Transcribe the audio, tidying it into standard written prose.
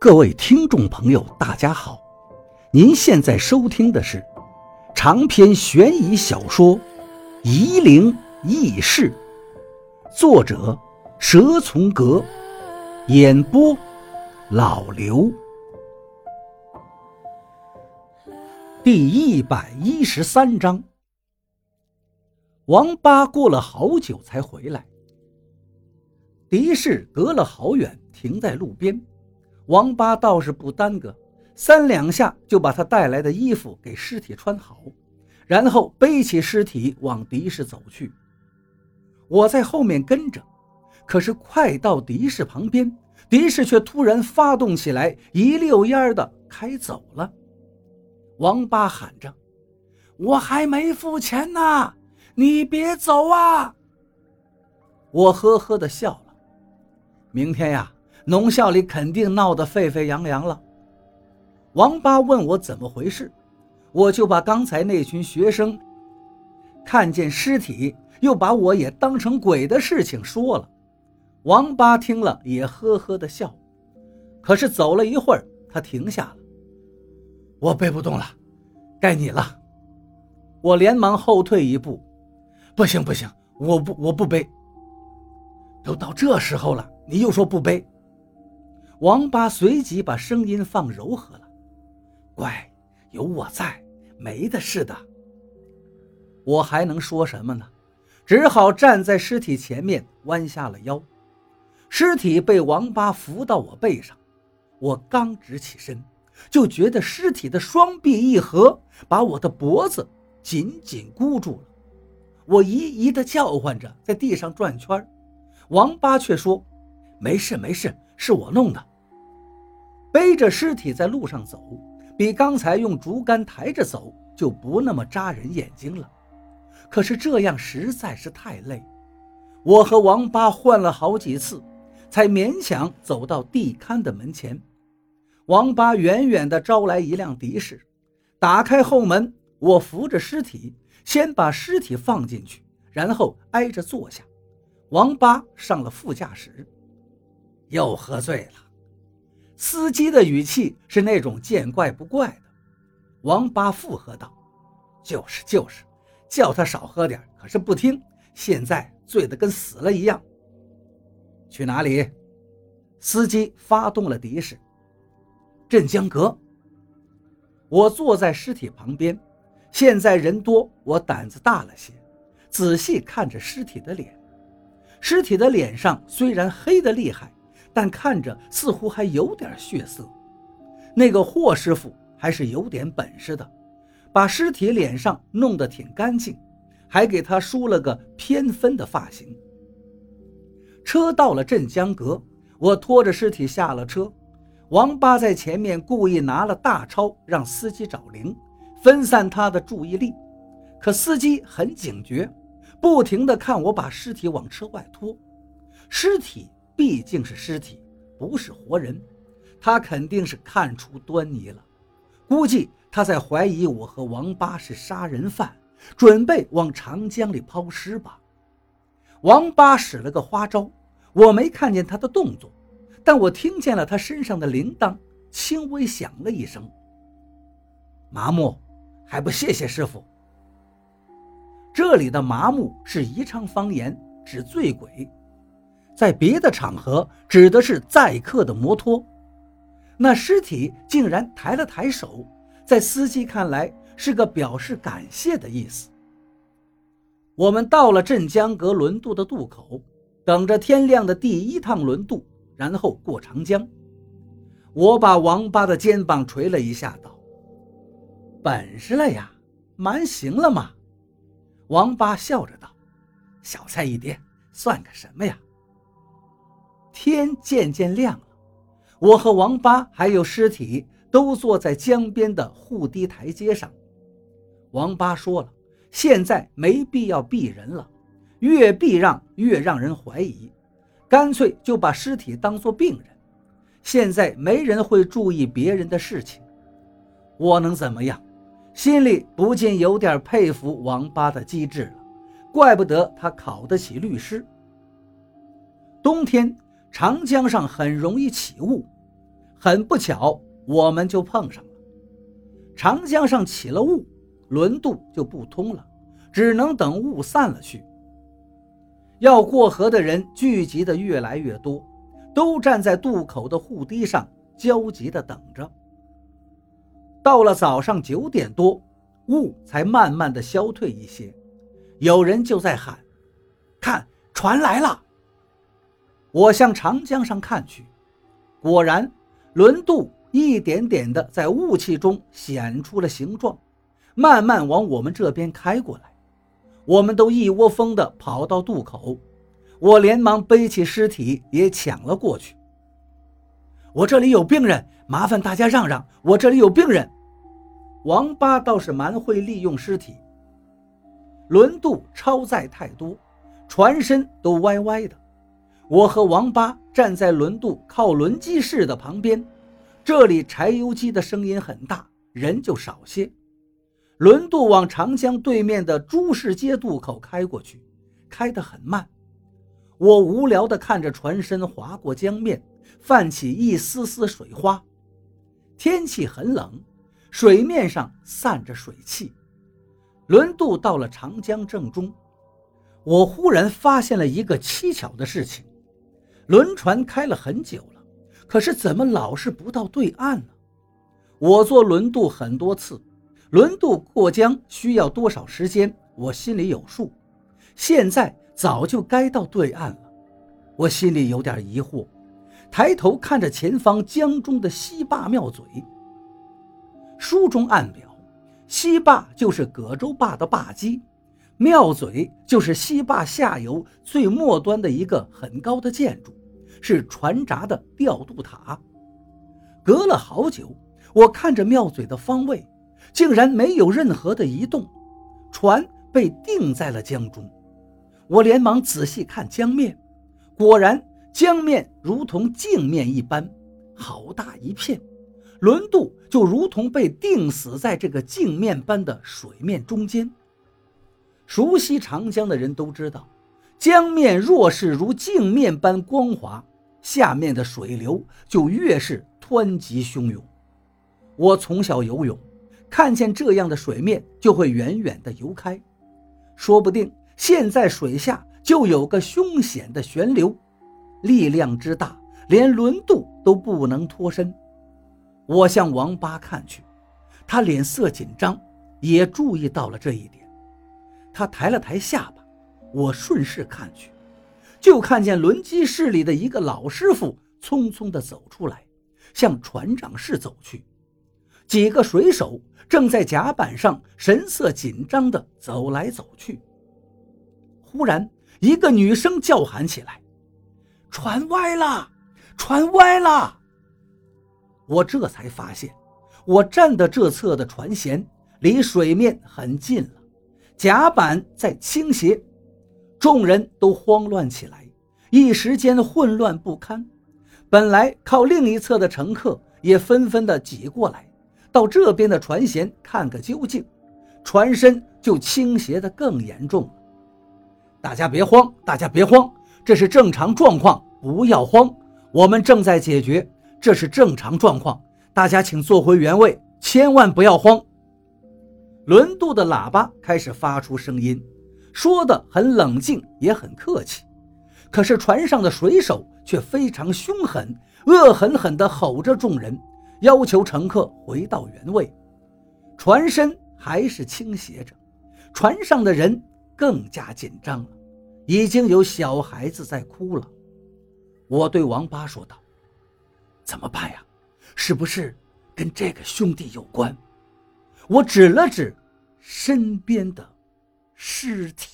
各位听众朋友大家好，您现在收听的是长篇悬疑小说《夷陵轶事》，作者蛇从阁，演播老刘。第113章。王八过了好久才回来，的士隔了好远，停在路边。王八倒是不耽搁，3两下就把他带来的衣服给尸体穿好，然后背起尸体往的士走去。我在后面跟着，可是快到的士旁边，的士却突然发动起来，一溜烟的开走了。王八喊着：“我还没付钱呢，你别走啊！”我呵呵的笑了。明天呀，农校里肯定闹得沸沸扬扬了。王八问我怎么回事，我就把刚才那群学生看见尸体又把我也当成鬼的事情说了。王八听了也呵呵的笑，可是走了一会儿，他停下了。我背不动了，该你了。我连忙后退一步。不行，我不背。都到这时候了，你又说不背。王八随即把声音放柔和了：“乖，有我在，没的事的。”我还能说什么呢？只好站在尸体前面，弯下了腰。尸体被王八扶到我背上，我刚直起身，就觉得尸体的双臂一合，把我的脖子紧紧箍住了。我疑疑地叫唤着，在地上转圈。王八却说：“没事，是我弄的。”背着尸体在路上走，比刚才用竹竿抬着走就不那么扎人眼睛了。可是这样实在是太累，我和王八换了好几次，才勉强走到地龛的门前。王八远远地招来一辆的士，打开后门，我扶着尸体，先把尸体放进去，然后挨着坐下。王八上了副驾驶。又喝醉了。司机的语气是那种见怪不怪的。王八附和道：“就是，叫他少喝点，可是不听，现在醉得跟死了一样。”去哪里？司机发动了的士。镇江阁。我坐在尸体旁边，现在人多，我胆子大了些，仔细看着尸体的脸。尸体的脸上虽然黑得厉害，但看着似乎还有点血色。那个霍师傅还是有点本事的，把尸体脸上弄得挺干净，还给他梳了个偏分的发型。车到了镇江阁，我拖着尸体下了车。王八在前面故意拿了大钞让司机找零，分散他的注意力。可司机很警觉，不停地看我把尸体往车外拖。尸体毕竟是尸体，不是活人，他肯定是看出端倪了。估计他在怀疑我和王八是杀人犯，准备往长江里抛尸吧。王八使了个花招，我没看见他的动作，但我听见了他身上的铃铛轻微响了一声。麻木，还不谢谢师傅。这里的麻木是宜昌方言，指醉鬼，在别的场合指的是载客的摩托。那尸体竟然抬了抬手，在司机看来是个表示感谢的意思。我们到了镇江阁轮渡的渡口，等着天亮的第一趟轮渡，然后过长江。我把王八的肩膀捶了一下，道：“本事了呀，蛮行了嘛。”王八笑着道：“小菜一碟，算个什么呀？”天渐渐亮了，我和王八还有尸体都坐在江边的护堤台阶上。王八说了，现在没必要避人了，越避让越让人怀疑，干脆就把尸体当作病人。现在没人会注意别人的事情，我能怎么样？心里不禁有点佩服王八的机智了，怪不得他考得起律师。冬天长江上很容易起雾， 很不巧，我们就碰上了。长江上起了雾，轮渡就不通了，只能等雾散了去。要过河的人聚集的越来越多，都站在渡口的护堤上焦急地等着。到了早上9点多，雾才慢慢地消退一些，有人就在喊：看，船来了！我向长江上看去，果然轮渡一点点地在雾气中显出了形状，慢慢往我们这边开过来。我们都一窝蜂地跑到渡口，我连忙背起尸体也抢了过去。我这里有病人，麻烦大家让让，我这里有病人。王八倒是蛮会利用尸体。轮渡超载太多，船身都歪歪的。我和王八站在轮渡靠轮机室的旁边，这里柴油机的声音很大，人就少些。轮渡往长江对面的朱市街渡口开过去，开得很慢。我无聊地看着船身划过江面，泛起一丝丝水花。天气很冷，水面上散着水汽。轮渡到了长江正中，我忽然发现了一个蹊跷的事情。轮船开了很久了，可是怎么老是不到对岸呢？我坐轮渡很多次，轮渡过江需要多少时间，我心里有数。现在早就该到对岸了，我心里有点疑惑，抬头看着前方江中的西坝庙嘴。书中暗表，西坝就是葛洲坝的坝基，庙嘴就是西坝下游最末端的一个很高的建筑，是船闸的调度塔。隔了好久，我看着庙嘴的方位，竟然没有任何的移动，船被定在了江中。我连忙仔细看江面，果然江面如同镜面一般，好大一片，轮渡就如同被钉死在这个镜面般的水面中间。熟悉长江的人都知道，江面若是如镜面般光滑，下面的水流就越是湍急汹涌。我从小游泳，看见这样的水面就会远远地游开，说不定现在水下就有个凶险的旋流，力量之大，连轮渡都不能脱身。我向王八看去，他脸色紧张，也注意到了这一点。他抬了抬下巴，我顺势看去，就看见轮机室里的一个老师傅匆匆地走出来，向船长室走去。几个水手正在甲板上神色紧张地走来走去。忽然一个女生叫喊起来：船歪了，船歪了！我这才发现，我站的这侧的船舷离水面很近了，甲板在倾斜，众人都慌乱起来，一时间混乱不堪。本来靠另一侧的乘客也纷纷地挤过来，到这边的船舷看个究竟，船身就倾斜得更严重了。大家别慌，大家别慌，这是正常状况，不要慌，我们正在解决，这是正常状况，大家请坐回原位，千万不要慌。轮渡的喇叭开始发出声音，说得很冷静也很客气，可是船上的水手却非常凶狠，恶狠狠地吼着众人，要求乘客回到原位。船身还是倾斜着，船上的人更加紧张了，已经有小孩子在哭了。我对王八说道：怎么办呀？是不是跟这个兄弟有关？我指了指身边的尸体。